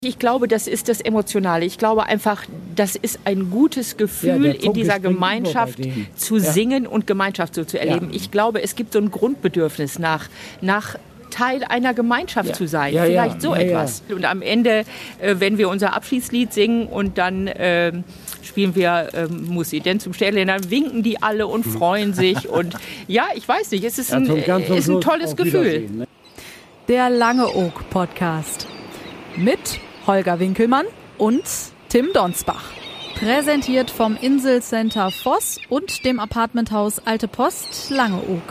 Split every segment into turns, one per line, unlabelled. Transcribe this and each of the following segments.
Ich glaube, das ist das Emotionale. Ich glaube einfach, das ist ein gutes Gefühl, in dieser Gemeinschaft zu singen und Gemeinschaft so zu erleben. Ja. Ich glaube, es gibt so ein Grundbedürfnis nach Teil einer Gemeinschaft zu sein. Vielleicht so etwas. Und am Ende, wenn wir unser Abschiedslied singen und dann spielen wir Musik, denn zum Stelle, dann winken die alle und freuen sich. Und ja, ich weiß nicht, es ist ein tolles Gefühl.
Der Langeoog Podcast mit Holger Winkelmann und Tim Donsbach. Präsentiert vom Inselcenter Voss und dem Apartmenthaus Alte Post Langeoog.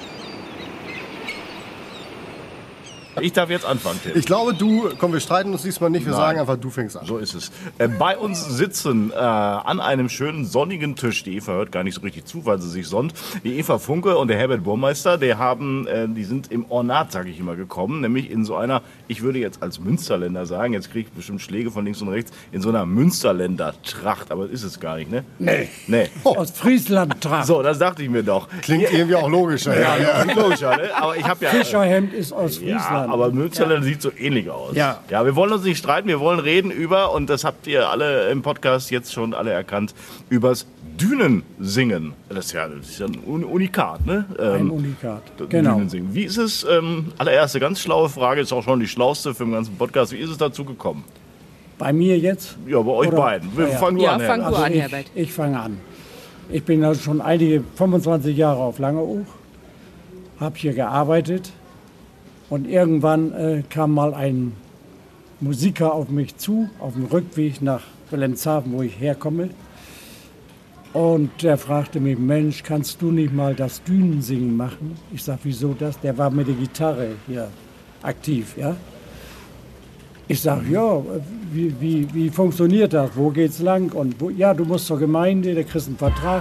Ich darf jetzt anfangen, Tim.
Ich glaube, wir streiten uns diesmal nicht, wir sagen einfach, du fängst an.
So ist es. Bei uns sitzen an einem schönen sonnigen Tisch, die Eva hört gar nicht so richtig zu, weil sie sich sonnt, die Eva Funke und der Herbert Burmeister, die sind im Ornat, sage ich immer, gekommen, nämlich in so einer, ich würde jetzt als Münsterländer sagen, jetzt kriege ich bestimmt Schläge von links und rechts, in so einer Münsterländer-Tracht, aber ist es gar nicht, ne? Nee.
Aus Friesland-Tracht.
So, das dachte ich mir doch.
Klingt irgendwie auch logischer.
Klingt logischer, ne? Aber ich habe ja...
Fischerhemd ist aus Friesland.
Aber Münsterländer sieht so ähnlich aus.
Ja,
wir wollen uns nicht streiten, wir wollen reden über, und das habt ihr alle im Podcast jetzt schon alle erkannt, übers Dünensingen. Das ist ja ein Unikat, ne?
Ein Unikat, genau.
Dünensingen. Wie ist es, allererste ganz schlaue Frage, ist auch schon die schlauste für den ganzen Podcast, wie ist es dazu gekommen?
Bei mir jetzt?
Ja, bei euch beiden. Fang du an,
Herbert. Ich fange an. Ich bin also schon 25 Jahre auf Langeoog, habe hier gearbeitet. Und irgendwann kam mal ein Musiker auf mich zu, auf dem Rückweg nach Wilhelmshaven, wo ich herkomme. Und der fragte mich, Mensch, kannst du nicht mal das Dünensingen machen? Ich sag, wieso das? Der war mit der Gitarre hier aktiv, ja. Ich sag, ja, wie funktioniert das? Wo geht's lang? Und ja, du musst zur Gemeinde, da kriegst einen Vertrag.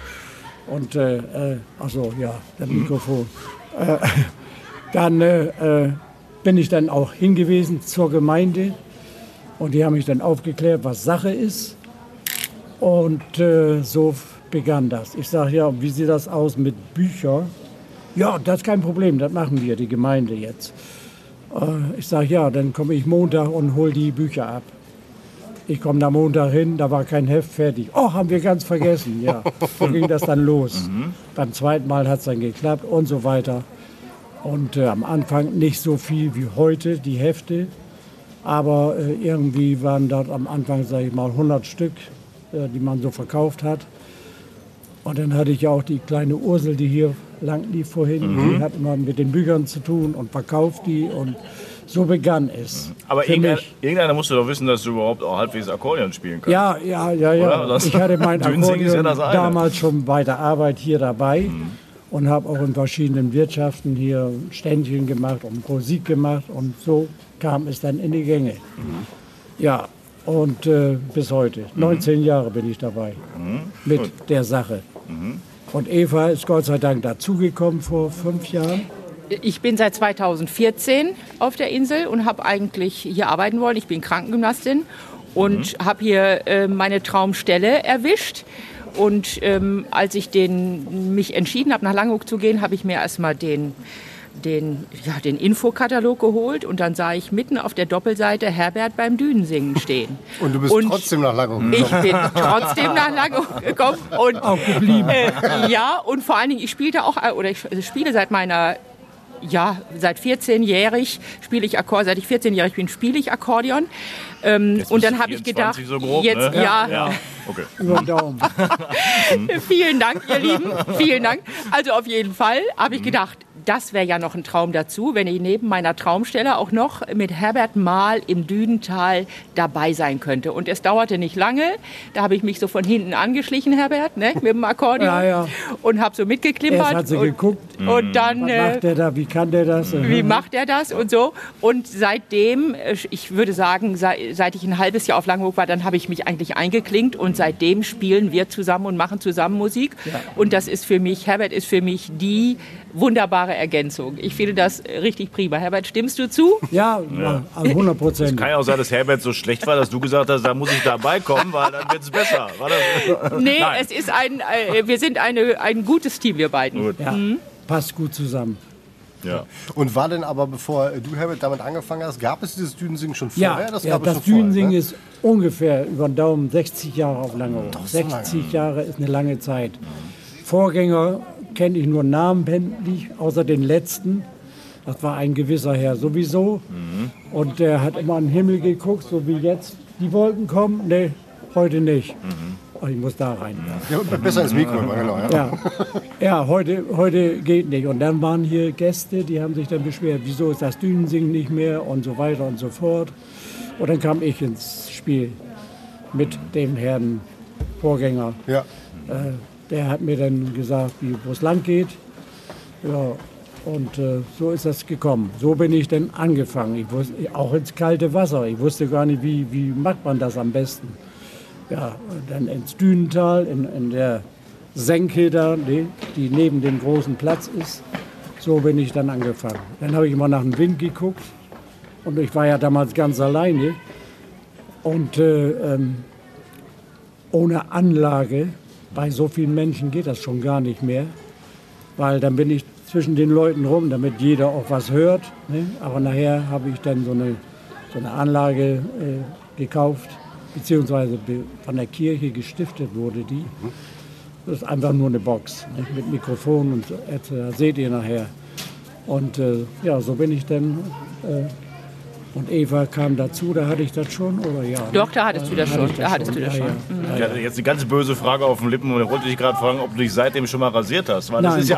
Also ja, das Mikrofon. Dann bin ich dann auch hingewiesen zur Gemeinde und die haben mich dann aufgeklärt, was Sache ist. Und so begann das. Ich sage, ja, wie sieht das aus mit Büchern? Ja, das ist kein Problem, das machen wir, die Gemeinde jetzt. Ich sage, ja, dann komme ich Montag und hole die Bücher ab. Ich komme da Montag hin, da war kein Heft fertig. Oh, haben wir ganz vergessen. Ja, so ging das dann los. Beim zweiten Mal hat es dann geklappt und so weiter. Und am Anfang nicht so viel wie heute, die Hefte. Aber irgendwie waren dort am Anfang, sage ich mal, 100 Stück, die man so verkauft hat. Und dann hatte ich ja auch die kleine Ursel, die hier lang lief vorhin. Die hat immer mit den Büchern zu tun und verkauft die. Und so begann es.
Aber irgendeiner musste doch wissen, dass du überhaupt auch halbwegs Akkordeon spielen kannst.
Ja. Ich hatte mein Akkordeon damals schon bei der Arbeit hier dabei. Und habe auch in verschiedenen Wirtschaften hier Ständchen gemacht und Musik gemacht. Und so kam es dann in die Gänge. Ja, und bis heute. 19 Jahre bin ich dabei mit der Sache. Und Eva ist Gott sei Dank dazugekommen vor 5 Jahren.
Ich bin seit 2014 auf der Insel und habe eigentlich hier arbeiten wollen. Ich bin Krankengymnastin und habe hier meine Traumstelle erwischt. Und als ich mich entschieden habe, nach Langeoog zu gehen, habe ich mir erstmal den Infokatalog geholt und dann sah ich mitten auf der Doppelseite Herbert beim Dünensingen stehen.
Und du bist trotzdem nach Langeoog
gekommen? Ich bin trotzdem nach Langeoog gekommen. Und,
auch geblieben.
Ja, und vor allen Dingen, ich spiele seit 14-jährig spiele ich Akkordeon. Seit ich 14-jährig bin, spiele ich Akkordeon. Und dann habe ich gedacht,
so grob,
jetzt
ne?
ja.
Okay.
Über den Daumen.
Vielen Dank, ihr Lieben. Vielen Dank. Also auf jeden Fall habe ich gedacht, das wäre ja noch ein Traum dazu, wenn ich neben meiner Traumstelle auch noch mit Herbert mal im Dünental dabei sein könnte. Und es dauerte nicht lange. Da habe ich mich so von hinten angeschlichen, Herbert, ne, mit dem Akkordeon.
Ja.
Und habe so mitgeklimpert.
Erst hat sie geguckt.
Und dann,
was macht der da? Wie kann der das?
Wie macht er das und so. Und seitdem, ich würde sagen, seit ich ein halbes Jahr auf Langeoog war, dann habe ich mich eigentlich eingeklinkt. Und seitdem spielen wir zusammen und machen zusammen Musik. Ja. Und das ist für mich, Herbert ist für mich die wunderbare Ergänzung. Ich finde das richtig prima. Herbert, stimmst du zu?
Ja, 100%.
Es kann ja auch sein, dass Herbert so schlecht war, dass du gesagt hast, da muss ich dabei kommen, weil dann wird es besser. War das?
Nee, nein. Wir sind ein gutes Team, wir beiden.
Gut. Ja, passt gut zusammen.
Ja.
Und war denn aber, bevor du, Herbert, damit angefangen hast, gab es dieses Düdensingen schon vorher?
Ja, das Düdensingen ist ungefähr über den Daumen 60 Jahre auf Langeoog. 60 Jahre ist eine lange Zeit. Vorgänger kenne ich nur namentlich, außer den letzten. Das war ein gewisser Herr sowieso. Und der hat immer an den Himmel geguckt, so wie jetzt. Die Wolken kommen? Nee, heute nicht. Oh, ich muss da rein.
Ja, besser ins Mikro, genau.
Ja, heute geht nicht. Und dann waren hier Gäste, die haben sich dann beschwert, wieso ist das Düdensingen nicht mehr und so weiter und so fort. Und dann kam ich ins Spiel mit dem Herrn Vorgänger.
Ja.
Der hat mir dann gesagt, wo es lang geht. Ja, und so ist das gekommen. So bin ich dann angefangen. Ich wusste, auch ins kalte Wasser. Ich wusste gar nicht, wie macht man das am besten. Ja, dann ins Dünental, in der Senke da, die neben dem großen Platz ist. So bin ich dann angefangen. Dann habe ich immer nach dem Wind geguckt. Und ich war ja damals ganz alleine. Und ohne Anlage, bei so vielen Menschen geht das schon gar nicht mehr. Weil dann bin ich zwischen den Leuten rum, damit jeder auch was hört. Ne? Aber nachher habe ich dann so eine Anlage gekauft, beziehungsweise von der Kirche gestiftet wurde die. Das ist einfach nur eine Box, ne? Mit Mikrofon und so, das seht ihr nachher. Und ja, so bin ich dann. Und Eva kam dazu, da hatte ich das schon, oder ja?
Doch, da hattest du das schon.
Ich
hatte jetzt eine ganz böse Frage auf den Lippen und ich wollte dich gerade fragen, ob du dich seitdem schon mal rasiert hast. Weil das ist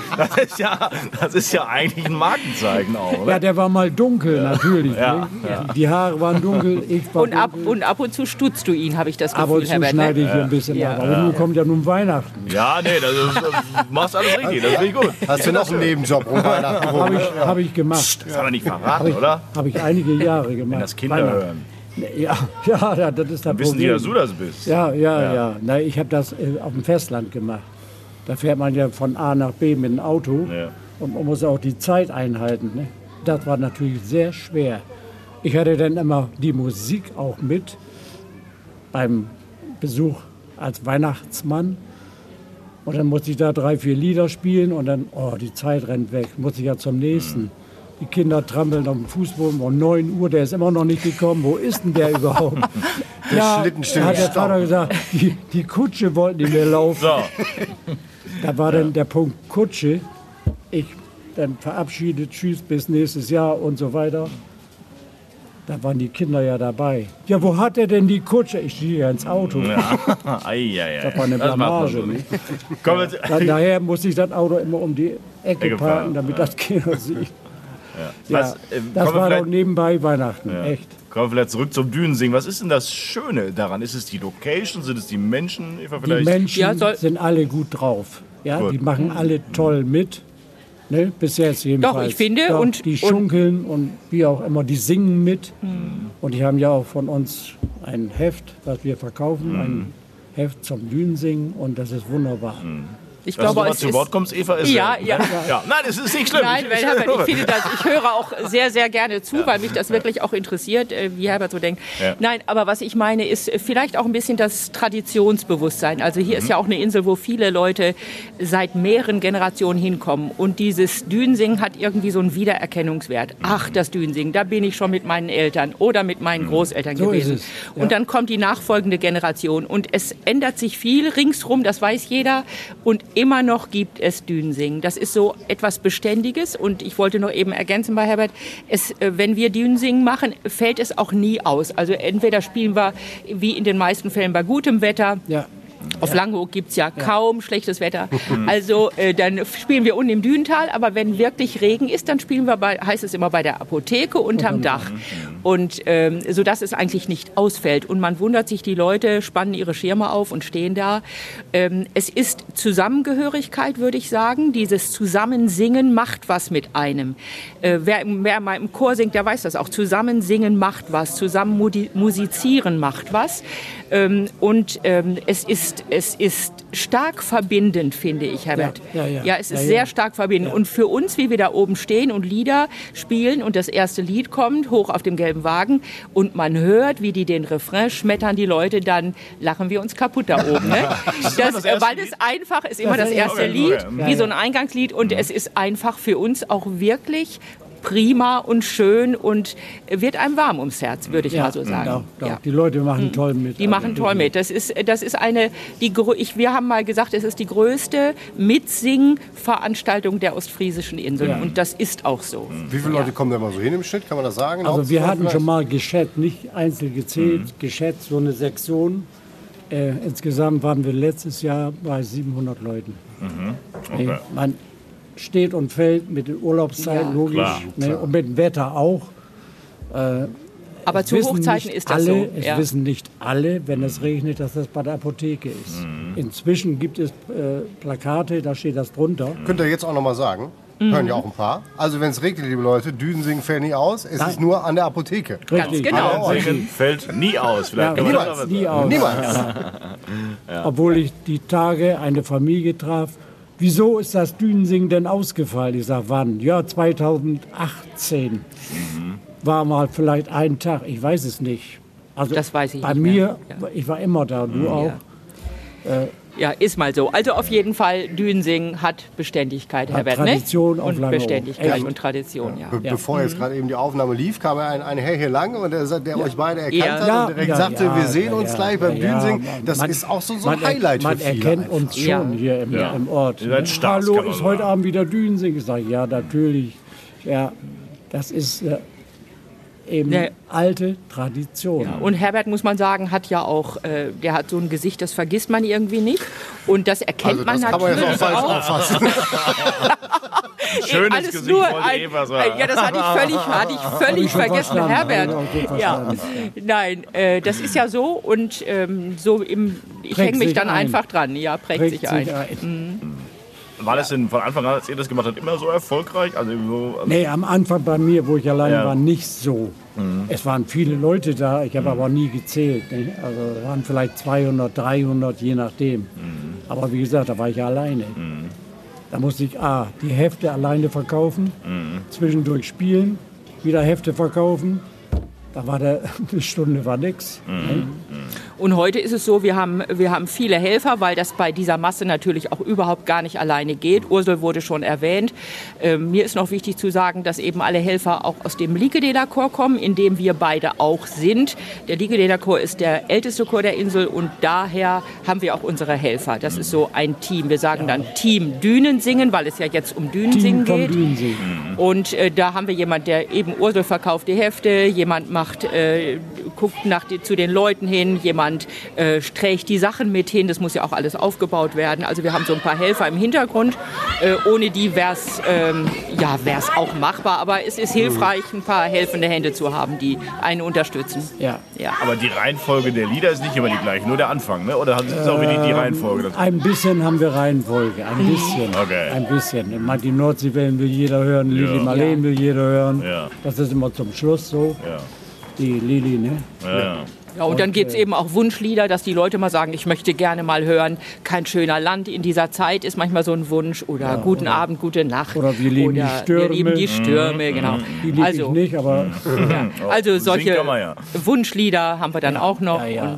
ja eigentlich ein Markenzeichen auch, oder?
Ja, der war mal dunkel, natürlich.
Ja,
ne?
ja.
Die Haare waren dunkel, ich war dunkel.
Und ab und zu stutzt du ihn, habe ich das
Ab
Gefühl,
und zu
Herbert.
schneide ich hier ein bisschen ab. Aber nun kommt ja nun Weihnachten.
Ja, nee, du machst alles richtig, das finde ich gut.
Hast du noch einen Nebenjob um Weihnachten rum?
Habe ich gemacht.
Das haben wir nicht verraten, oder?
Habe ich einige Jahre gemacht.
Wenn das Kinder hören.
Ja, das ist das
Wissen die,
Problem.
dass du das bist?
Ja. Na, ich habe das auf dem Festland gemacht. Da fährt man ja von A nach B mit dem Auto und man muss auch die Zeit einhalten. Ne? Das war natürlich sehr schwer. Ich hatte dann immer die Musik auch mit beim Besuch als Weihnachtsmann. Und dann musste ich da 3, 4 Lieder spielen und dann, die Zeit rennt weg, muss ich ja zum nächsten. Die Kinder trampeln auf dem Fußboden um 9 Uhr, der ist immer noch nicht gekommen. Wo ist denn der überhaupt?
Schlittenstill
hat der Vater gesagt, die Kutsche wollte nicht mehr laufen.
So.
Da war dann der Punkt Kutsche. Ich dann verabschiedet, tschüss, bis nächstes Jahr und so weiter. Da waren die Kinder ja dabei. Ja, wo hat er denn die Kutsche? Ich stehe ja ins Auto.
Ja.
Das war eine Blamage. Daher musste ich das Auto immer um die Ecke parken, damit das keiner sieht. Ja, das war doch nebenbei Weihnachten, echt.
Kommen wir vielleicht zurück zum Dünensingen. Was ist denn das Schöne daran? Ist es die Location? Sind es die Menschen? Eva, vielleicht?
Die Menschen sind alle gut drauf. Ja, gut. Die machen alle toll mit. Ne? Bis jetzt jedenfalls.
Doch, ich finde.
Die schunkeln und wie auch immer, die singen mit. Und die haben ja auch von uns ein Heft, was wir verkaufen. Ein Heft zum Dünensingen und das ist wunderbar.
Ich glaube,
es zu Wort kommst, Eva, ist
ja.
Nein, es ist nicht schlimm.
Nein, weil Herbert, ich höre auch sehr, sehr gerne zu, weil mich das wirklich auch interessiert, wie Herbert so denkt. Ja. Nein, aber was ich meine, ist vielleicht auch ein bisschen das Traditionsbewusstsein. Also hier ist ja auch eine Insel, wo viele Leute seit mehreren Generationen hinkommen. Und dieses Dünensingen hat irgendwie so einen Wiedererkennungswert. Ach, das Dünensingen, da bin ich schon mit meinen Eltern oder mit meinen Großeltern gewesen.
Ist es. Ja.
Und dann kommt die nachfolgende Generation. Und es ändert sich viel ringsrum, das weiß jeder. Und immer noch gibt es Dünensingen. Das ist so etwas Beständiges. Und ich wollte noch eben ergänzen bei Herbert, wenn wir Dünensingen machen, fällt es auch nie aus. Also entweder spielen wir, wie in den meisten Fällen, bei gutem Wetter.
Ja.
Auf Langeoog gibt es ja kaum schlechtes Wetter. Also dann spielen wir unten im Dünental, aber wenn wirklich Regen ist, dann spielen wir heißt es immer bei der Apotheke unterm Dach. Und sodass es eigentlich nicht ausfällt. Und man wundert sich, die Leute spannen ihre Schirme auf und stehen da. Es ist Zusammengehörigkeit, würde ich sagen. Dieses Zusammensingen macht was mit einem. Wer mal im Chor singt, der weiß das auch. Zusammensingen macht was. Zusammen musizieren macht was. Und es ist stark verbindend, finde ich, Herbert. Ja, es ist sehr stark verbindend. Ja. Und für uns, wie wir da oben stehen und Lieder spielen und das erste Lied kommt, hoch auf dem gelben beim Wagen und man hört, wie die den Refrain schmettern, die Leute, dann lachen wir uns kaputt da oben. Ne? Weil es einfach ist, immer das erste Lied, wie so ein Eingangslied und es ist einfach für uns auch wirklich prima und schön und wird einem warm ums Herz, würde ich mal so sagen.
Doch. Ja. Die Leute machen toll mit.
Die machen toll mit. Das ist wir haben mal gesagt, es ist die größte Mitsing-Veranstaltung der ostfriesischen Inseln. Ja. Und das ist auch so.
Wie viele Leute kommen da mal so hin im Schnitt? Kann man das sagen?
Also wir hatten schon mal geschätzt, nicht einzeln gezählt, geschätzt, so eine Sektion. Insgesamt waren wir letztes Jahr bei 700 Leuten. Okay. Man steht und fällt mit den Urlaubszeiten, logisch, klar. Und mit dem Wetter auch.
Aber zu Hochzeiten ist das so.
Es wissen nicht alle, wenn es regnet, dass das bei der Apotheke ist. Inzwischen gibt es Plakate, da steht das drunter.
Könnt ihr jetzt auch noch mal sagen? Hören ja auch ein paar. Also wenn es regnet, liebe Leute, Düdensingen fällt nie aus. Es ist nur an der Apotheke.
Richtig. Ganz genau.
Düdensingen fällt nie aus. Vielleicht kann
man das nie aus.
Niemals.
Ja. Obwohl ich die Tage eine Familie traf. Wieso ist das Düdensingen denn ausgefallen? Ich sage, wann? Ja, 2018. War mal vielleicht ein Tag, ich weiß es nicht. Also
das weiß ich
bei
nicht
mir,
mehr.
Ich war immer da, du auch.
Ja, ist mal so. Also auf jeden Fall, Düdensingen hat Beständigkeit, Herbert.
Tradition
ne? Und Beständigkeit und Tradition, ja.
Bevor jetzt gerade eben die Aufnahme lief, kam ein Herr hier lang und der euch beide erkannt hat und direkt sagte, wir sehen uns gleich beim Düdensingen. Das ist auch so ein Highlight für viele.
Man erkennt uns schon hier im Ort.
Hallo,
ist heute Abend wieder Düdensingen? Ich sage, ja, natürlich. Ja, das ist eben alte Tradition.
Ja, und Herbert, muss man sagen, hat ja auch, der hat so ein Gesicht, das vergisst man irgendwie nicht. Und das erkennt man natürlich
auch. Das kann man jetzt auch falsch auffassen.
Schönes alles Gesicht wollte Eva sagen.
Ja, das hatte ich völlig vergessen, Herbert. Ja, nein, das ist ja so und ich hänge mich dann einfach dran. Ja, prägt sich ein.
War das denn von Anfang an, als ihr das gemacht habt, immer so erfolgreich?
Nee, am Anfang bei mir, wo ich allein war, nicht so. Es waren viele Leute da, ich habe aber nie gezählt. Ne? Also es waren vielleicht 200, 300, je nachdem. Aber wie gesagt, da war ich alleine. Da musste ich die Hefte alleine verkaufen, zwischendurch spielen, wieder Hefte verkaufen. Da war eine Stunde war nix.
Und heute ist es so, wir haben viele Helfer, weil das bei dieser Masse natürlich auch überhaupt gar nicht alleine geht. Ursel wurde schon erwähnt. Mir ist noch wichtig zu sagen, dass eben alle Helfer auch aus dem Likededer-Chor kommen, in dem wir beide auch sind. Der Likededer-Chor ist der älteste Chor der Insel und daher haben wir auch unsere Helfer. Das ist so ein Team. Wir sagen dann Team Dünensingen, weil es ja jetzt um Dünensingen geht.
Dünensingen.
Und da haben wir jemanden, der eben Ursel verkauft die Hefte, jemand guckt zu den Leuten hin, jemand trägt die Sachen mit hin, das muss ja auch alles aufgebaut werden. Also wir haben so ein paar Helfer im Hintergrund, ohne die wäre es auch machbar, aber es ist hilfreich, ein paar helfende Hände zu haben, die einen unterstützen.
Ja.
Aber die Reihenfolge der Lieder ist nicht immer die gleiche, nur der Anfang, ne? Oder ist es auch wirklich die Reihenfolge?
Ein bisschen haben wir Reihenfolge, ein bisschen.
Okay.
Ein bisschen. Die Nordseewellen will jeder hören, Lili Marleen will jeder hören. Ja. Das ist immer zum Schluss so. Ja. Die Lili, ne?
Ja, und dann gibt es eben auch Wunschlieder, dass die Leute mal sagen, ich möchte gerne mal hören, kein schöner Land in dieser Zeit ist manchmal so ein Wunsch oder guten Abend, gute Nacht.
Oder wir lieben die Stürme.
Wir lieben die Stürme, genau.
Die liebe ich nicht, aber...
Also solche Wunschlieder haben wir dann auch noch.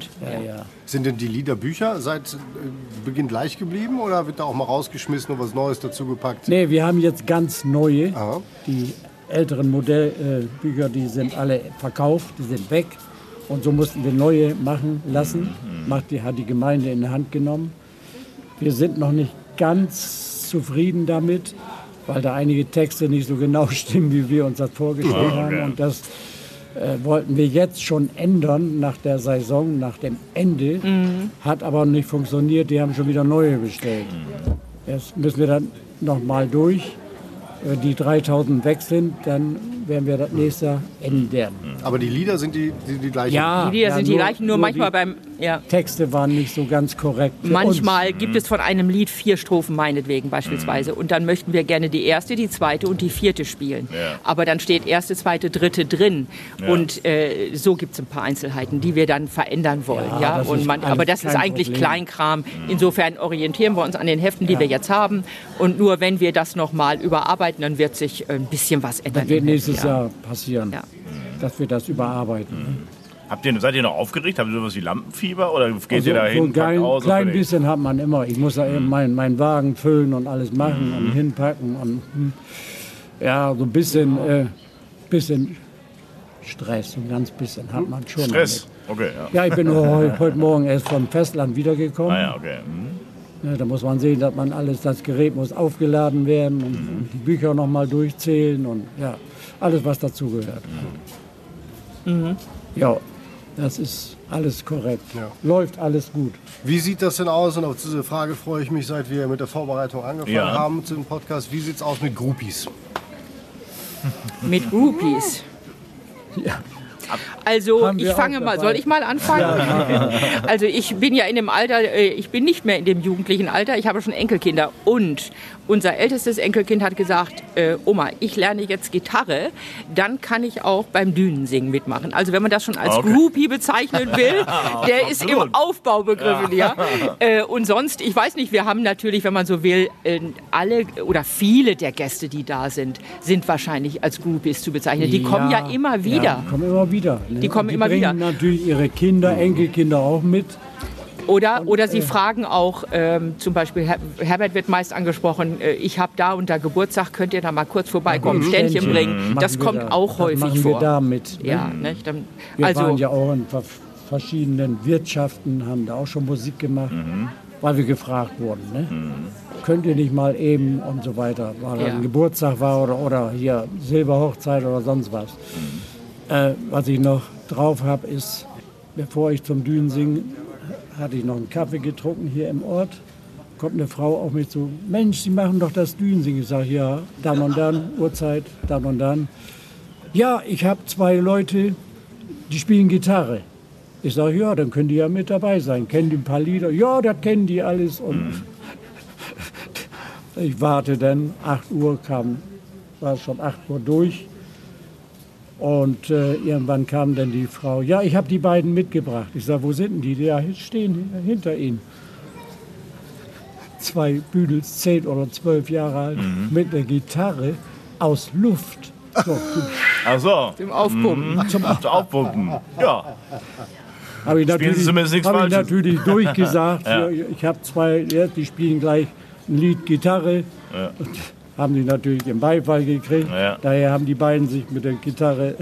Sind denn die Lieder Bücher seit Beginn gleich geblieben oder wird da auch mal rausgeschmissen und was Neues dazu gepackt?
Nee, wir haben jetzt ganz neue. Die älteren Modellbücher, die sind alle verkauft, die sind weg. Und so mussten wir neue machen lassen. Hat die Gemeinde in die Hand genommen. Wir sind noch nicht ganz zufrieden damit, weil da einige Texte nicht so genau stimmen, wie wir uns das vorgestellt haben. Und das wollten wir jetzt schon ändern nach der Saison, nach dem Ende. Hat aber nicht funktioniert, die haben schon wieder neue bestellt. Jetzt müssen wir dann noch mal durch. Wenn die 3000 weg sind, dann werden wir das nächste ändern.
Aber die Lieder sind die gleichen?
Ja, die Lieder sind die gleichen, nur manchmal
Texte waren nicht so ganz korrekt.
Manchmal gibt es von einem Lied 4 Strophen, meinetwegen beispielsweise. Und dann möchten wir gerne die erste, die zweite und die vierte spielen. Ja. Aber dann steht erste, zweite, dritte drin. Ja. Und so gibt es ein paar Einzelheiten, die wir dann verändern wollen. Aber das ist eigentlich Kleinkram. Insofern orientieren wir uns an den Heften, die wir jetzt haben. Und nur wenn wir das nochmal überarbeiten, dann wird sich ein bisschen was ändern.
Das wird nächstes Jahr passieren.
Ja.
dass wir das überarbeiten.
Seid ihr noch aufgeregt? Habt ihr sowas wie Lampenfieber oder geht ihr da hin?
So ein klein bisschen hat man immer. Ich muss da eben meinen Wagen füllen und alles machen und hinpacken. Und, ja, so ein bisschen Stress, ein ganz bisschen hat man schon.
Stress?
Damit.
Okay,
ja, ich bin heute Morgen erst vom Festland wiedergekommen.
Ah ja, okay.
Ja, da muss man sehen, dass man das Gerät muss aufgeladen werden und die Bücher noch mal durchzählen und ja, alles, was dazugehört. Ja, das ist alles korrekt. Ja. Läuft alles gut.
Wie sieht das denn aus? Und auf diese Frage freue ich mich, seit wir mit der Vorbereitung angefangen haben zu dem Podcast. Wie sieht es aus mit Groupies?
Mit Groupies?
Ja.
Also ich fange mal, soll ich mal anfangen? Ja. Also ich bin ja in dem Alter, ich bin nicht mehr in dem jugendlichen Alter, ich habe schon Enkelkinder und unser ältestes Enkelkind hat gesagt, Oma, ich lerne jetzt Gitarre, dann kann ich auch beim Dünensingen mitmachen. Also wenn man das schon als Groupie bezeichnen will, der ist im Aufbau begriffen. Ja. Und sonst, ich weiß nicht, wir haben natürlich, wenn man so will, alle oder viele der Gäste, die da sind wahrscheinlich als Groupies zu bezeichnen. Die kommen ja immer wieder.
Ja, die kommen immer wieder. Ne?
Die kommen immer wieder.
Natürlich ihre Kinder, Enkelkinder auch mit.
Oder sie fragen auch, zum Beispiel, Herbert wird meist angesprochen, ich habe da und da Geburtstag, könnt ihr da mal kurz vorbeikommen, Ständchen bringen. Das kommt auch häufig vor.
Das machen wir da mit. Ne?
Ja, ne?
Wir waren ja auch in verschiedenen Wirtschaften, haben da auch schon Musik gemacht, weil wir gefragt wurden. Ne? Könnt ihr nicht mal eben und so weiter, weil ein Geburtstag war oder hier Silberhochzeit oder sonst was. Was ich noch drauf habe, ist, bevor ich zum Dünensingen hatte ich noch einen Kaffee getrunken hier im Ort. Kommt eine Frau auf mich zu, Mensch, Sie machen doch das Dünensingen. Ich sage, ja, dann und dann, Uhrzeit, dann und dann. Ja, ich habe 2 Leute, die spielen Gitarre. Ich sage, ja, dann können die ja mit dabei sein. Kennen die ein paar Lieder? Ja, das kennen die alles. Und ich warte dann, 8 Uhr war schon 8 Uhr durch. Und irgendwann kam dann die Frau, ja, ich habe die beiden mitgebracht. Ich sage, wo sind die? Ja, stehen hinter Ihnen. 2 Büdels, 10 oder 12 Jahre alt, mit einer Gitarre aus Luft. So.
Ach so.
Zum Aufpumpen.
Zum Aufpumpen, ja.
Habe ich natürlich durchgesagt. Ja. Ich habe 2, die spielen gleich ein Lied Gitarre. Ja. Haben die natürlich den Beifall gekriegt. Ja. Daher haben die beiden sich mit der Gitarre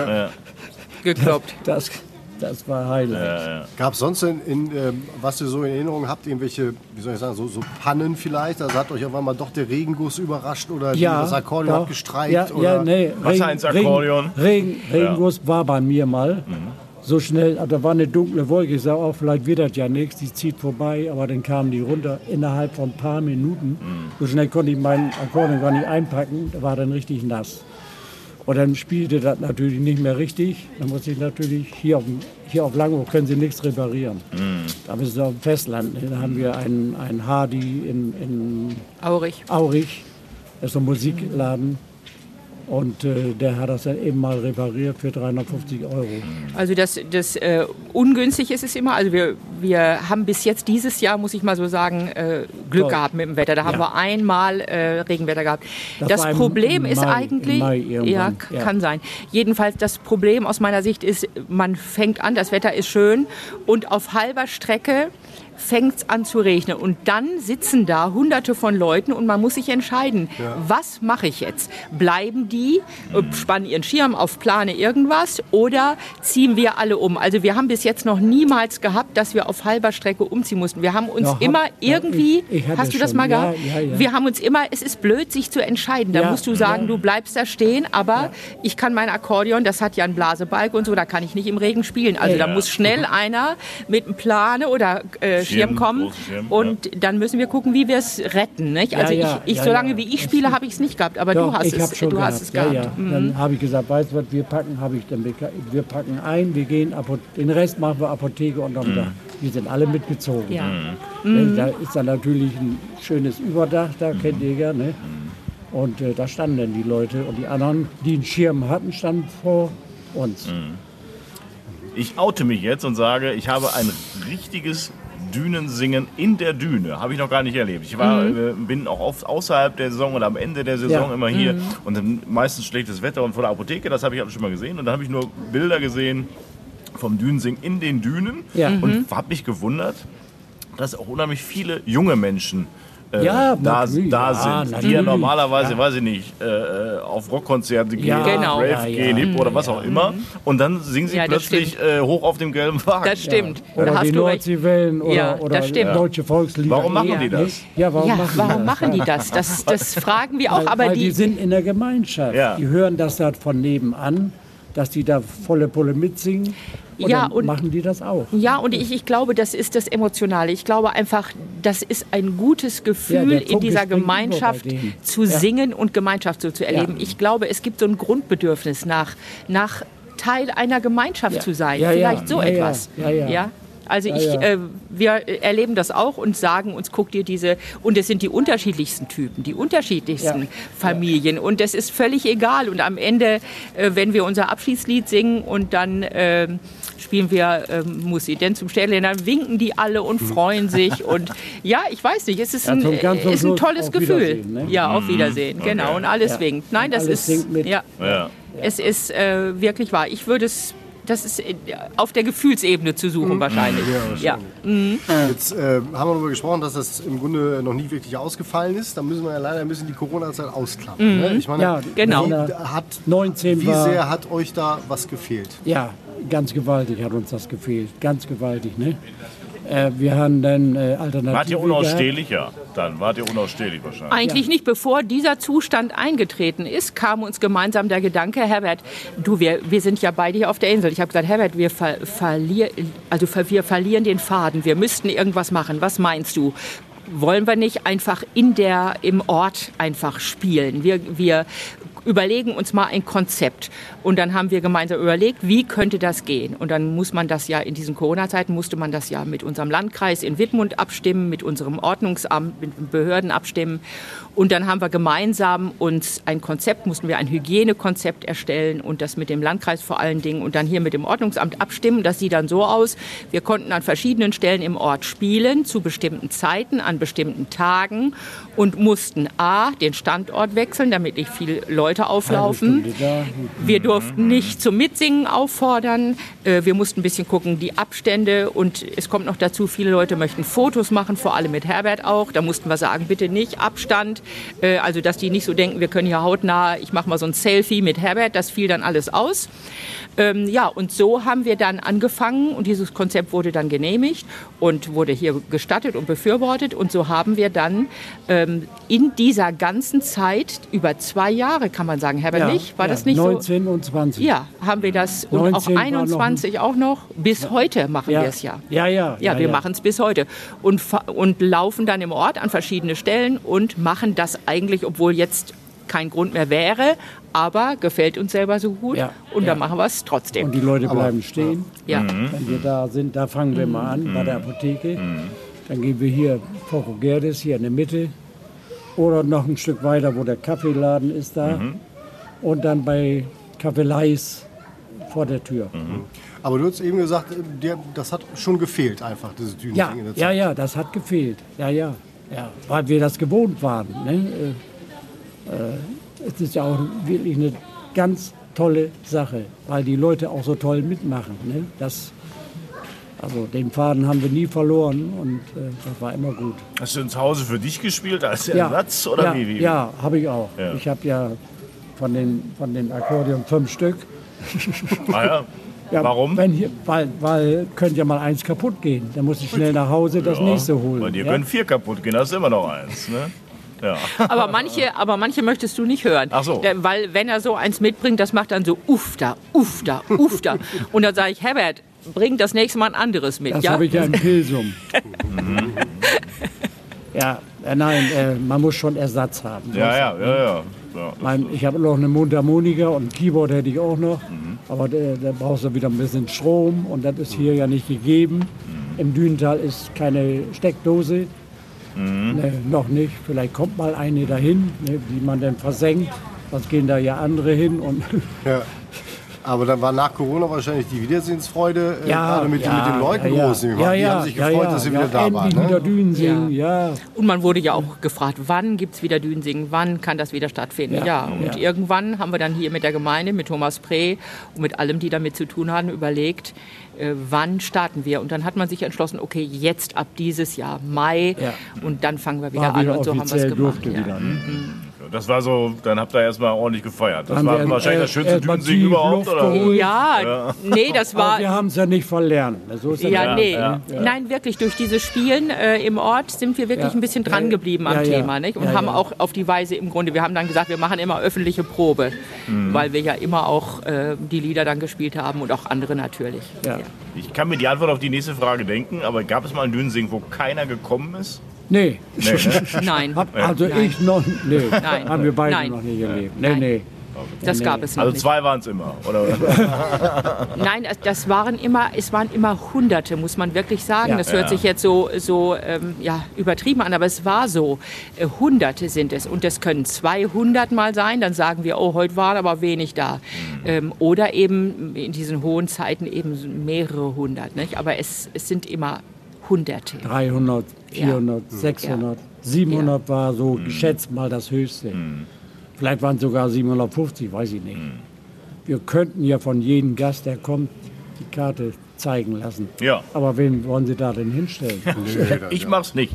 gekloppt.
Das war Highlight.
Ja.
Gab es sonst, was ihr so in Erinnerung habt, irgendwelche, wie soll ich sagen, so Pannen vielleicht? Also hat euch auf einmal doch der Regenguss überrascht oder das Akkordeon hat gestreikt?
Nee.
Wasser ins Akkordeon.
Regenguss war bei mir mal. So schnell, da war eine dunkle Wolke, ich sage, vielleicht wird das ja nichts, die zieht vorbei, aber dann kamen die runter innerhalb von ein paar Minuten. So schnell konnte ich meinen Akkordeon gar nicht einpacken, da war dann richtig nass. Und dann spielte das natürlich nicht mehr richtig, dann musste ich natürlich, hier auf Langhof können sie nichts reparieren. Da ist es auf dem Festland, da haben wir einen Hardy in Aurich, das ist so ein Musikladen. Und der hat das dann eben mal repariert für 350 €.
Also das ungünstig ist es immer. Also wir haben bis jetzt dieses Jahr, muss ich mal so sagen, Glück gehabt mit dem Wetter. Da haben wir einmal Regenwetter gehabt. Das Problem ist eigentlich, kann sein. Jedenfalls das Problem aus meiner Sicht ist, man fängt an, das Wetter ist schön und auf halber Strecke fängt es an zu regnen und dann sitzen da Hunderte von Leuten und man muss sich entscheiden, was mache ich jetzt? Bleiben die, spannen ihren Schirm auf, plane irgendwas oder ziehen wir alle um? Also wir haben bis jetzt noch niemals gehabt, dass wir auf halber Strecke umziehen mussten. Wir haben uns immer irgendwie, hast du das mal gehabt? Ja. Wir haben uns immer, es ist blöd, sich zu entscheiden. Da musst du sagen, du bleibst da stehen, aber ich kann mein Akkordeon, das hat ja einen Blasebalg und so, da kann ich nicht im Regen spielen. Also da muss schnell einer mit einem Plane oder Schirm kommen und dann müssen wir gucken, wie wir es retten. Nicht? Also solange wie ich spiele, habe ich es nicht gehabt, aber du hast es gehabt.
Ja. Dann habe ich gesagt, weißt du was, wir packen ein, wir gehen, den Rest machen wir Apotheke und dann da. Wir sind alle mitgezogen. Ja. Da ist dann natürlich ein schönes Überdach, da kennt ihr ja, ne? Und da standen dann die Leute und die anderen, die einen Schirm hatten, standen vor uns.
Ich oute mich jetzt und sage, ich habe ein richtiges Dünensingen in der Düne. Habe ich noch gar nicht erlebt. Ich bin auch oft außerhalb der Saison oder am Ende der Saison immer hier. Und dann meistens schlechtes Wetter und vor der Apotheke, das habe ich alles schon mal gesehen. Und dann habe ich nur Bilder gesehen vom Dünensingen in den Dünen. Und habe mich gewundert, dass auch unheimlich viele junge Menschen da sind, die ja normalerweise, weiß ich nicht, auf Rockkonzerte gehen, Rave gehen, Hip oder was auch immer. Und dann singen sie plötzlich hoch auf dem gelben Wagen.
Das stimmt.
Oder
da
die Nordseewellen oder deutsche Volkslieder.
Warum machen die das?
Warum machen die das? Das fragen wir auch.
Weil die sind in der Gemeinschaft. Die hören das halt von nebenan, dass die da volle Pulle mitsingen. Und machen die das auch.
Ja, und ich glaube, das ist das Emotionale. Ich glaube einfach, das ist ein gutes Gefühl, in dieser Gemeinschaft zu singen und Gemeinschaft so zu erleben. Ich glaube, es gibt so ein Grundbedürfnis nach Teil einer Gemeinschaft zu sein. Vielleicht so etwas. Also wir erleben das auch und sagen uns, guck dir und es sind die unterschiedlichsten Typen, die unterschiedlichsten Familien und es ist völlig egal und am Ende, wenn wir unser Abschiedslied singen und dann spielen wir Musik, denn zum Stelle, dann winken die alle und freuen sich und ich weiß nicht, es ist ein tolles Gefühl. Ne? Ja, auf Wiedersehen, genau, und alles winkt. Nein, das ist, es ist wirklich wahr. Ich würde das ist auf der Gefühlsebene zu suchen wahrscheinlich.
Jetzt haben wir darüber gesprochen, dass das im Grunde noch nie wirklich ausgefallen ist. Da müssen wir ja leider ein bisschen die Corona-Zeit ausklappen. Ne? Ich meine, wie sehr hat euch da was gefehlt?
Ja, ganz gewaltig hat uns das gefehlt. Ganz gewaltig. Ne? Wir haben dann Alternative.
Wart ihr unausstehlich? Ja, dann wart ihr unausstehlich wahrscheinlich.
Eigentlich nicht. Bevor dieser Zustand eingetreten ist, kam uns gemeinsam der Gedanke, Herbert, wir sind ja beide hier auf der Insel. Ich habe gesagt, Herbert, wir verlieren den Faden. Wir müssten irgendwas machen. Was meinst du? Wollen wir nicht einfach im Ort einfach spielen? Wir überlegen uns mal ein Konzept. Und dann haben wir gemeinsam überlegt, wie könnte das gehen? Und dann muss man das ja, in diesen Corona-Zeiten musste man das ja mit unserem Landkreis in Wittmund abstimmen, mit unserem Ordnungsamt, mit den Behörden abstimmen. Und dann haben wir gemeinsam mussten wir ein Hygienekonzept erstellen und das mit dem Landkreis vor allen Dingen und dann hier mit dem Ordnungsamt abstimmen. Das sieht dann so aus, wir konnten an verschiedenen Stellen im Ort spielen, zu bestimmten Zeiten, an bestimmten Tagen und mussten den Standort wechseln, damit nicht viele Leute auflaufen. Wir durften nicht zum Mitsingen auffordern. Wir mussten ein bisschen gucken, die Abstände und es kommt noch dazu, viele Leute möchten Fotos machen, vor allem mit Herbert auch. Da mussten wir sagen, bitte nicht Abstand. Also, dass die nicht so denken, wir können hier hautnah, ich mache mal so ein Selfie mit Herbert, das fiel dann alles aus. Und so haben wir dann angefangen und dieses Konzept wurde dann genehmigt und wurde hier gestattet und befürwortet und so haben wir dann in dieser ganzen Zeit, über 2 Jahre kann man sagen, Herbert, war das nicht
19 und 20.
Ja, haben wir das und auch 21 auch noch, bis heute machen wir es ja. Wir machen es bis heute und laufen dann im Ort an verschiedene Stellen und machen das eigentlich, obwohl jetzt kein Grund mehr wäre, aber gefällt uns selber so gut und dann machen wir es trotzdem.
Und die Leute bleiben stehen. Wenn wir da sind, da fangen wir mal an bei der Apotheke. Dann gehen wir hier vor Gerdes, hier in der Mitte oder noch ein Stück weiter, wo der Kaffeeladen ist da und dann bei Café Leis vor der Tür.
Aber du hast eben gesagt, das hat schon gefehlt einfach, dieses Dünensingen in der Zeit.
Ja, das hat gefehlt. Ja, weil wir das gewohnt waren. Ne? Es ist ja auch wirklich eine ganz tolle Sache, weil die Leute auch so toll mitmachen. Ne? Den Faden haben wir nie verloren und das war immer gut.
Hast du zu Hause für dich gespielt als Ersatz? Oder wie?
Ja, habe ich auch. Ja. Ich habe ja von den Akkordeon 5 Stück. Warum? Weil könnte ja mal eins kaputt gehen. Dann muss ich schnell nach Hause das nächste holen.
Bei dir können 4 kaputt gehen, hast du immer noch eins. Ne? Ja.
Aber manche möchtest du nicht hören.
Ach so.
Weil wenn er so eins mitbringt, das macht dann so ufter. Und dann sage ich, Herbert, bring das nächste Mal ein anderes mit.
Das habe ich ja im Pilsum. Man muss schon Ersatz haben.
Ja.
Ich habe noch eine Mundharmonika und ein Keyboard hätte ich auch noch. Aber da brauchst du wieder ein bisschen Strom und das ist hier ja nicht gegeben. Im Dünental ist keine Steckdose. Ne, noch nicht. Vielleicht kommt mal eine dahin, ne, die man dann versenkt. Sonst gehen da ja andere hin. Und
Aber dann war nach Corona wahrscheinlich die Wiedersehensfreude gerade mit den Leuten groß. Die haben sich gefreut, dass sie wieder da waren.
Endlich wieder Dünsingen,
Und man wurde ja auch gefragt, wann gibt es wieder Dünsingen, wann kann das wieder stattfinden? Und irgendwann haben wir dann hier mit der Gemeinde, mit Thomas Preh und mit allem, die damit zu tun haben, überlegt, wann starten wir? Und dann hat man sich entschlossen, okay, jetzt ab dieses Jahr, Mai, und dann fangen wir wieder an. Und so haben wir es gemacht.
Das war so, dann habt ihr erstmal ordentlich gefeiert. Das war wahrscheinlich das schönste Dünsingen überhaupt, oder?
Nee, das war...
Aber wir haben es ja nicht verlernt. So ist
Nein, wirklich, durch dieses Spielen im Ort sind wir wirklich ein bisschen dran geblieben am Thema. Nicht? Und haben auch auf die Weise im Grunde, wir haben dann gesagt, wir machen immer öffentliche Probe, weil wir ja immer auch die Lieder dann gespielt haben und auch andere natürlich. Ja.
Ich kann mir die Antwort auf die nächste Frage denken, aber gab es mal ein Dünsingen, wo keiner gekommen ist?
Nee.
Nein.
Ich noch, Nein. Haben wir beide noch nie erlebt. Nee.
Das gab es noch
nicht.
Also
2 waren es immer, oder?
Nein, es waren immer Hunderte, muss man wirklich sagen. Das hört sich jetzt so übertrieben an, aber es war so. Hunderte sind es. Und es können 200 mal sein, dann sagen wir, oh, heute waren aber wenig da. Oder eben in diesen hohen Zeiten eben mehrere hundert. Nicht? Aber es sind immer Hunderte.
300, 400, 600, 700 war so geschätzt mal das Höchste. Vielleicht waren es sogar 750, weiß ich nicht. Wir könnten ja von jedem Gast, der kommt, die Karte zeigen lassen. Ja. Aber wen wollen Sie da denn hinstellen?
Ich mach's nicht.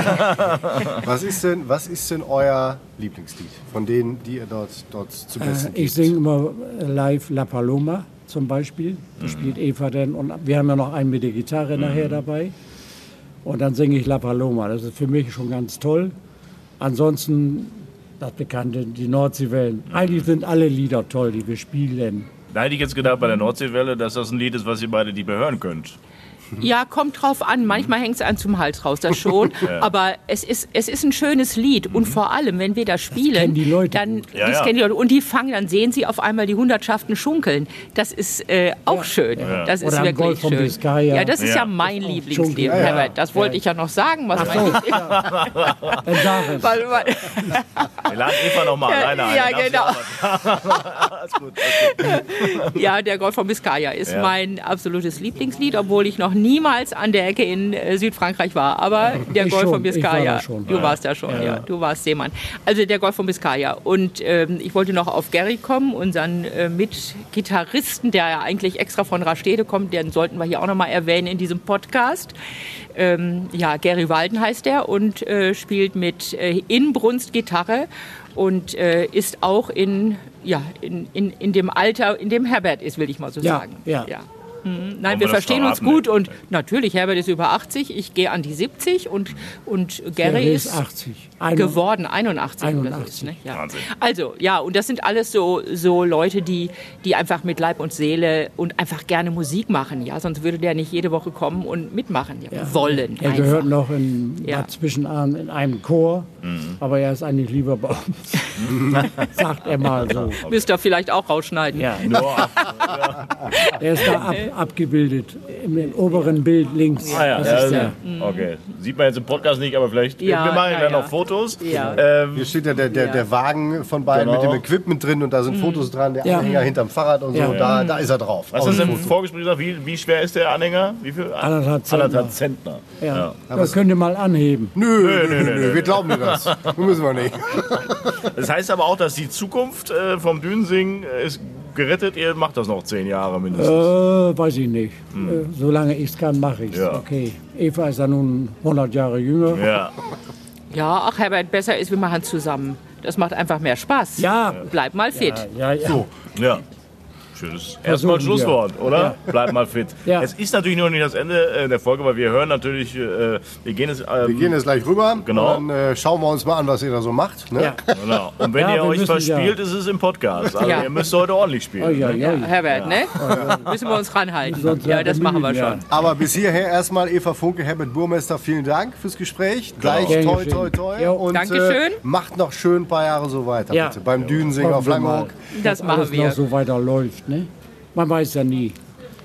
Was ist denn euer Lieblingslied von denen, die ihr dort zu besten gibt?
Ich singe immer live La Paloma zum Beispiel. Das spielt Eva denn. Und wir haben ja noch einen mit der Gitarre nachher dabei. Und dann singe ich La Paloma. Das ist für mich schon ganz toll. Ansonsten das Bekannte, die Nordseewellen. Eigentlich sind alle Lieder toll, die wir spielen.
Da hätte ich jetzt gedacht bei der Nordseewelle, dass das ein Lied ist, was ihr beide die hören könnt.
Ja, kommt drauf an. Manchmal hängt es einem zum Hals raus, das schon. Aber es ist ein schönes Lied. Und vor allem, wenn wir das spielen,
kennen die Leute
dann kennen die Leute. Und die fangen, dann sehen sie auf einmal die Hundertschaften schunkeln. Das ist auch schön. Das ist
oder
wirklich schön.
Biscaya.
Ja, das ist ja mein Lieblingslied, Herbert. Das wollte ich ja noch sagen, was mein Lieblingslied ist.
Wir laden Eva noch mal alleine ein.
Ja, genau. Alles gut. Ja, der Golf von Biscaya ist mein absolutes Lieblingslied, obwohl ich noch niemals an der Ecke in Südfrankreich war. Aber der Golf von Biscaya, du warst da schon, du warst Seemann. Also der Golf von Biscaya. Und ich wollte noch auf Gary kommen, unseren Mitgitarristen, der ja eigentlich extra von Rastede kommt, den sollten wir hier auch noch mal erwähnen in diesem Podcast. Gary Walden heißt er und spielt mit Inbrunst Gitarre und ist auch in dem Alter, in dem Herbert ist, will ich mal so sagen. Ja. Nein, wir verstehen uns gut und natürlich, Herbert ist über 80, ich gehe an die 70 und Gary ist
80.
Geworden, 81. Oder so ist, ne? Also, und das sind alles so Leute, die einfach mit Leib und Seele und einfach gerne Musik machen, sonst würde der nicht jede Woche kommen und mitmachen, wollen.
Er gehört noch zwischen in einem Chor, aber er ist eigentlich lieber bei uns, sagt er mal so.
Müsst ihr vielleicht auch rausschneiden.
Ja. Er ist da abgebildet, im oberen Bild links.
Okay. Sieht man jetzt im Podcast nicht, aber vielleicht, wir machen dann noch Fotos.
Ja. Hier steht ja der Wagen von beiden mit dem Equipment drin und da sind Fotos dran, der Anhänger hinterm Fahrrad und so, da ist er drauf.
Was hast du im Vorgespräch gesagt, wie schwer ist der Anhänger? Wie viel?
1,5
Zentner.
Ja. Das könnt ihr mal anheben.
Nö, wir glauben dir das. Das müssen wir nicht.
Das heißt aber auch, dass die Zukunft vom Dünsingen ist gerettet, ihr macht das noch 10 Jahre mindestens.
Weiß ich nicht. Solange ich es kann, mache ich es. Ja. Okay. Eva ist ja nun 100 Jahre jünger.
Ja, ach Herbert, besser ist, wir machen es zusammen. Das macht einfach mehr Spaß.
Ja.
Bleib mal fit.
So. Ja. Schönes erstmal Schlusswort, oder?
Ja.
Bleib mal fit.
Ja.
Es ist natürlich noch nicht das Ende der Folge, weil wir hören natürlich, wir gehen jetzt
gleich rüber.
Genau.
Und dann schauen wir uns mal an, was ihr da so macht. Ne?
Ja.
Genau. Und wenn ihr euch verspielt, ist es im Podcast. Also ihr müsst heute ordentlich spielen.
Herbert, ne? Müssen wir uns ranhalten. Das machen wir schon.
Aber bis hierher erstmal Eva Funke, Herbert Burmester, vielen Dank fürs Gespräch. Gleich toi.
Ja.
Und
Dankeschön.
Macht noch schön ein paar Jahre so weiter, bitte. Beim Dünensingen auf Langhoek.
Das machen wir.
Noch so weiter läuft, ne? Man weiß ja nie.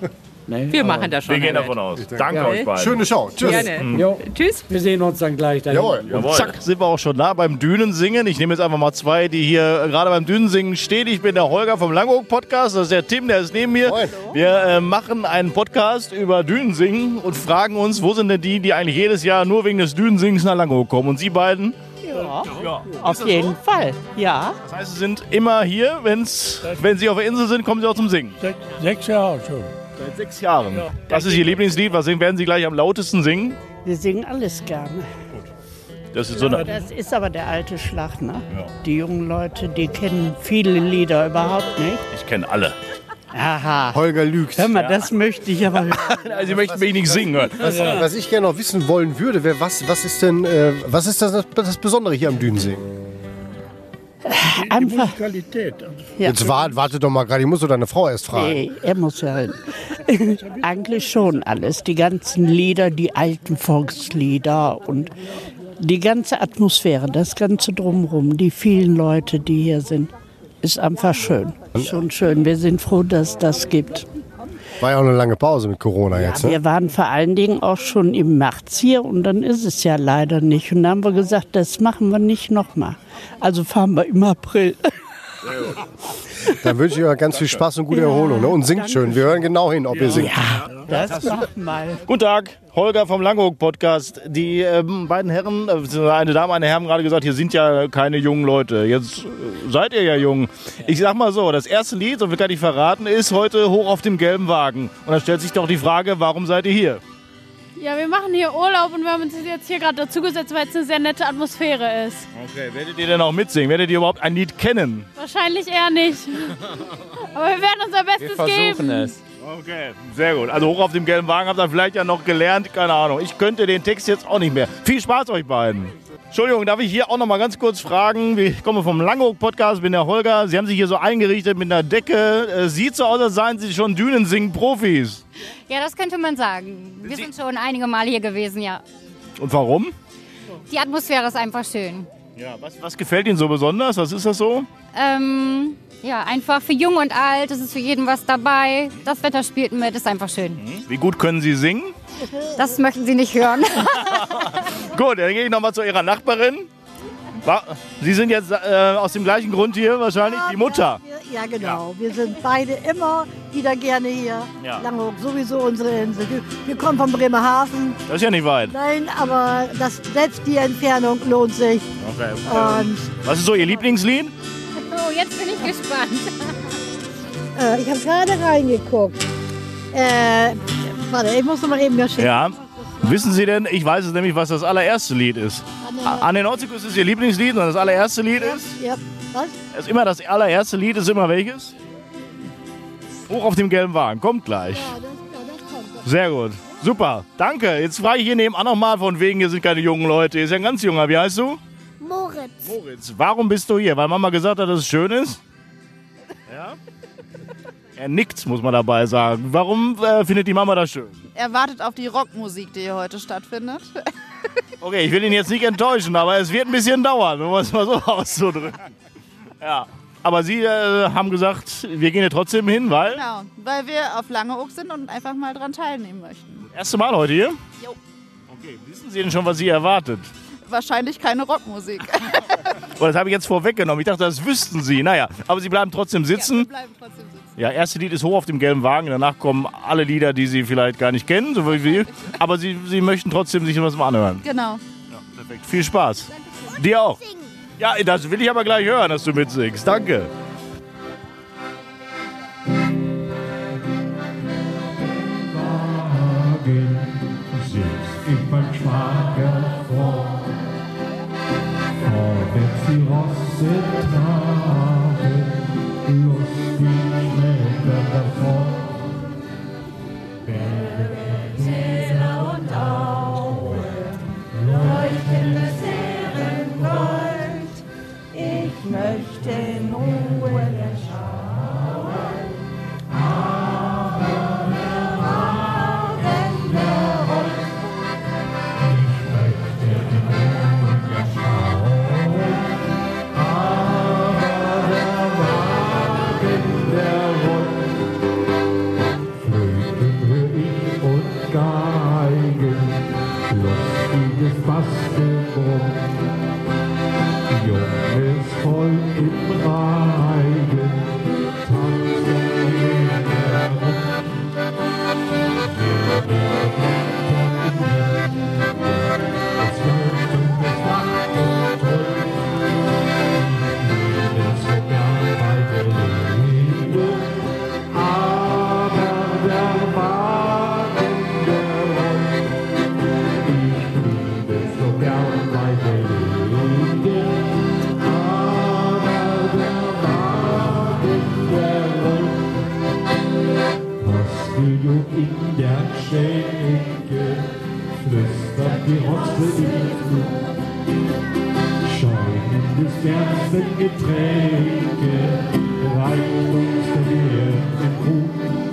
Ne?
Wir machen das schon.
Wir gehen davon aus. Danke euch beiden.
Schöne Show. Tschüss.
Tschüss.
Wir sehen uns dann gleich dahin.
Jawohl. Und zack, sind wir auch schon da beim Dünensingen. Ich nehme jetzt einfach mal zwei, die hier gerade beim Dünensingen stehen. Ich bin der Holger vom Langeoog-Podcast. Das ist der Tim, der ist neben mir. Moin. Wir machen einen Podcast über Dünensingen und fragen uns, wo sind denn die eigentlich jedes Jahr nur wegen des Dünensingens nach Langeoog kommen. Und Sie beiden?
Ja, auf jeden Fall, ja.
Das heißt, Sie sind immer hier, wenn Sie auf der Insel sind, kommen Sie auch zum Singen?
6 Jahre schon.
Seit 6 Jahren. Was ist Ihr Lieblingslied? Was werden Sie gleich am lautesten singen?
Wir singen alles gerne.
Das ist, so
das ist aber der alte Schlag, ne? Ja. Die jungen Leute, die kennen viele Lieder überhaupt nicht.
Ich kenne alle.
Aha.
Holger lügt.
Hör mal, das möchte ich aber hören.
Also Sie möchten mich nicht singen hören.
Was ich gerne noch wissen wollen würde, wäre, was ist das Besondere hier am Dünensingen?
Einfach.
Die Qualität.
Ja.
Jetzt warte doch mal gerade, ich muss doch deine Frau erst fragen.
Nee, er muss ja hin. Eigentlich schon alles. Die ganzen Lieder, die alten Volkslieder und die ganze Atmosphäre, das ganze Drumherum, die vielen Leute, die hier sind, ist einfach schön. Schon schön. Wir sind froh, dass das gibt.
War ja auch eine lange Pause mit Corona jetzt, ne?
Wir waren vor allen Dingen auch schon im März hier und dann ist es ja leider nicht. Und dann haben wir gesagt, das machen wir nicht nochmal. Also fahren wir im April.
Dann wünsche ich euch ganz viel Spaß und gute Erholung. Ne? Und singt schön. Wir hören genau hin, ob ihr singt.
Ja, das machen wir.
Guten Tag, Holger vom Langeoog-Podcast. Die beiden Herren, eine Dame, eine Herr haben gerade gesagt, hier sind ja keine jungen Leute. Jetzt seid ihr ja jung. Ich sag mal so, das erste Lied, so viel kann ich verraten, ist heute Hoch auf dem gelben Wagen. Und da stellt sich doch die Frage, warum seid ihr hier?
Ja, wir machen hier Urlaub und wir haben uns jetzt hier gerade dazugesetzt, weil es eine sehr nette Atmosphäre ist.
Okay, werdet ihr denn auch mitsingen? Werdet ihr überhaupt ein Lied kennen?
Wahrscheinlich eher nicht. Aber wir werden unser Bestes geben.
Es.
Okay, sehr gut. Also Hoch auf dem gelben Wagen habt ihr vielleicht ja noch gelernt. Keine Ahnung. Ich könnte den Text jetzt auch nicht mehr. Viel Spaß euch beiden. Entschuldigung, darf ich hier auch noch mal ganz kurz fragen? Ich komme vom Langeoog-Podcast, bin der Holger. Sie haben sich hier so eingerichtet mit einer Decke. Sieht so aus, als seien Sie schon Dünensingen-Profis.
Ja, das könnte man sagen. Wir sind schon einige Mal hier gewesen, ja.
Und warum?
Die Atmosphäre ist einfach schön.
Ja, was gefällt Ihnen so besonders? Was ist das so?
Ja, einfach für Jung und Alt, es ist für jeden was dabei. Das Wetter spielt mit, ist einfach schön.
Wie gut können Sie singen?
Das möchten Sie nicht hören.
Gut, dann gehe ich nochmal zu Ihrer Nachbarin. Sie sind jetzt aus dem gleichen Grund hier wahrscheinlich, die Mutter.
Ja, genau. Wir sind beide immer wieder gerne hier.
Ja.
Langeoog, sowieso unsere Insel. Wir kommen von Bremerhaven.
Das ist ja nicht weit.
Nein, aber selbst die Entfernung lohnt sich.
Okay.
Und
was ist so Ihr Lieblingslied?
Oh, jetzt bin ich gespannt.
ich habe gerade reingeguckt. Warte, ich muss noch mal eben mehr schicken.
Ja. Wissen Sie denn, ich weiß es nämlich, was das allererste Lied ist. An der Nordseeküste ist Ihr Lieblingslied und das allererste Lied ist?
Ja, was?
Ist immer das allererste Lied, ist immer welches? Hoch auf dem gelben Wagen, kommt gleich.
Ja, das kommt.
Sehr gut, super, danke. Jetzt frage ich hier nebenan nochmal von wegen, hier sind keine jungen Leute. Hier ist ja ein ganz junger, wie heißt du?
Moritz.
Moritz, warum bist du hier? Weil Mama gesagt hat, dass es schön ist? Ja? Er nickt, muss man dabei sagen. Warum findet die Mama das schön?
Er wartet auf die Rockmusik, die hier heute stattfindet.
Okay, ich will ihn jetzt nicht enttäuschen, aber es wird ein bisschen dauern, um es mal so auszudrücken. Ja, aber Sie haben gesagt, wir gehen hier trotzdem hin, weil?
Genau, weil wir auf Langeoog sind und einfach mal dran teilnehmen möchten.
Erste Mal heute hier?
Jo.
Okay, wissen Sie denn schon, was Sie erwartet?
Wahrscheinlich keine Rockmusik.
Oh, das habe ich jetzt vorweggenommen. Ich dachte, das wüssten Sie. Naja, aber Sie bleiben trotzdem sitzen.
Ja, wir bleiben trotzdem sitzen.
Ja, erste Lied ist Hoch auf dem gelben Wagen. Danach kommen alle Lieder, die Sie vielleicht gar nicht kennen, so wie wir. Aber Sie möchten trotzdem sich was mal anhören.
Genau.
Ja, perfekt. Viel Spaß. Dir auch. Ja, das will ich aber gleich hören, dass du mitsingst. Danke.
Sitzt ich mein Schwager vor, vorwärts die Rosse tragen, lustig schnell davon. Berge, Täler und Auen, leuchtendes Herrengold. Ich möchte in Ruhe schauen, aber der Wagen, der rollt. Ich möchte in Ruhe schauen, aber Geigen, lustiges Bastelbruch, junges Volk im Reigen, tanzen herum. Es läuft und es lacht und drückt, ich liebe so gern bei der Liebe, aber der Wagen, der rollt. Ich liebe so gern bei der Liebe, aber der Wagen, der rollt. Postillon in der Schenke, flüstert die Rosse ihm zu. Scheunen des fernsten Getränke, reicht uns der leere Krug.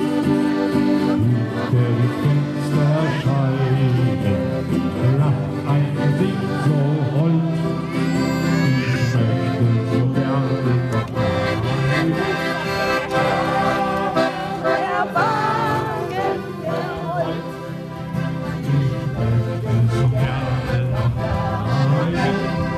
Hinter die Fensterscheiben lacht ein Gesicht so hold. Ich möchte so gerne noch bleiben. Der Wagen, der rollt. Ich möchte so gerne noch bleiben.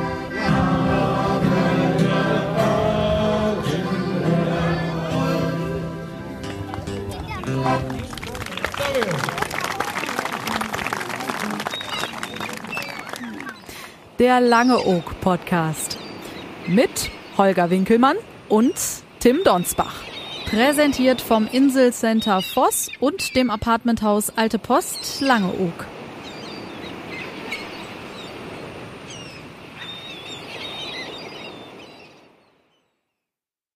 Der Langeoog Podcast mit Holger Winkelmann und Tim Donsbach. Präsentiert vom Inselcenter Voss und dem Apartmenthaus Alte Post Langeoog.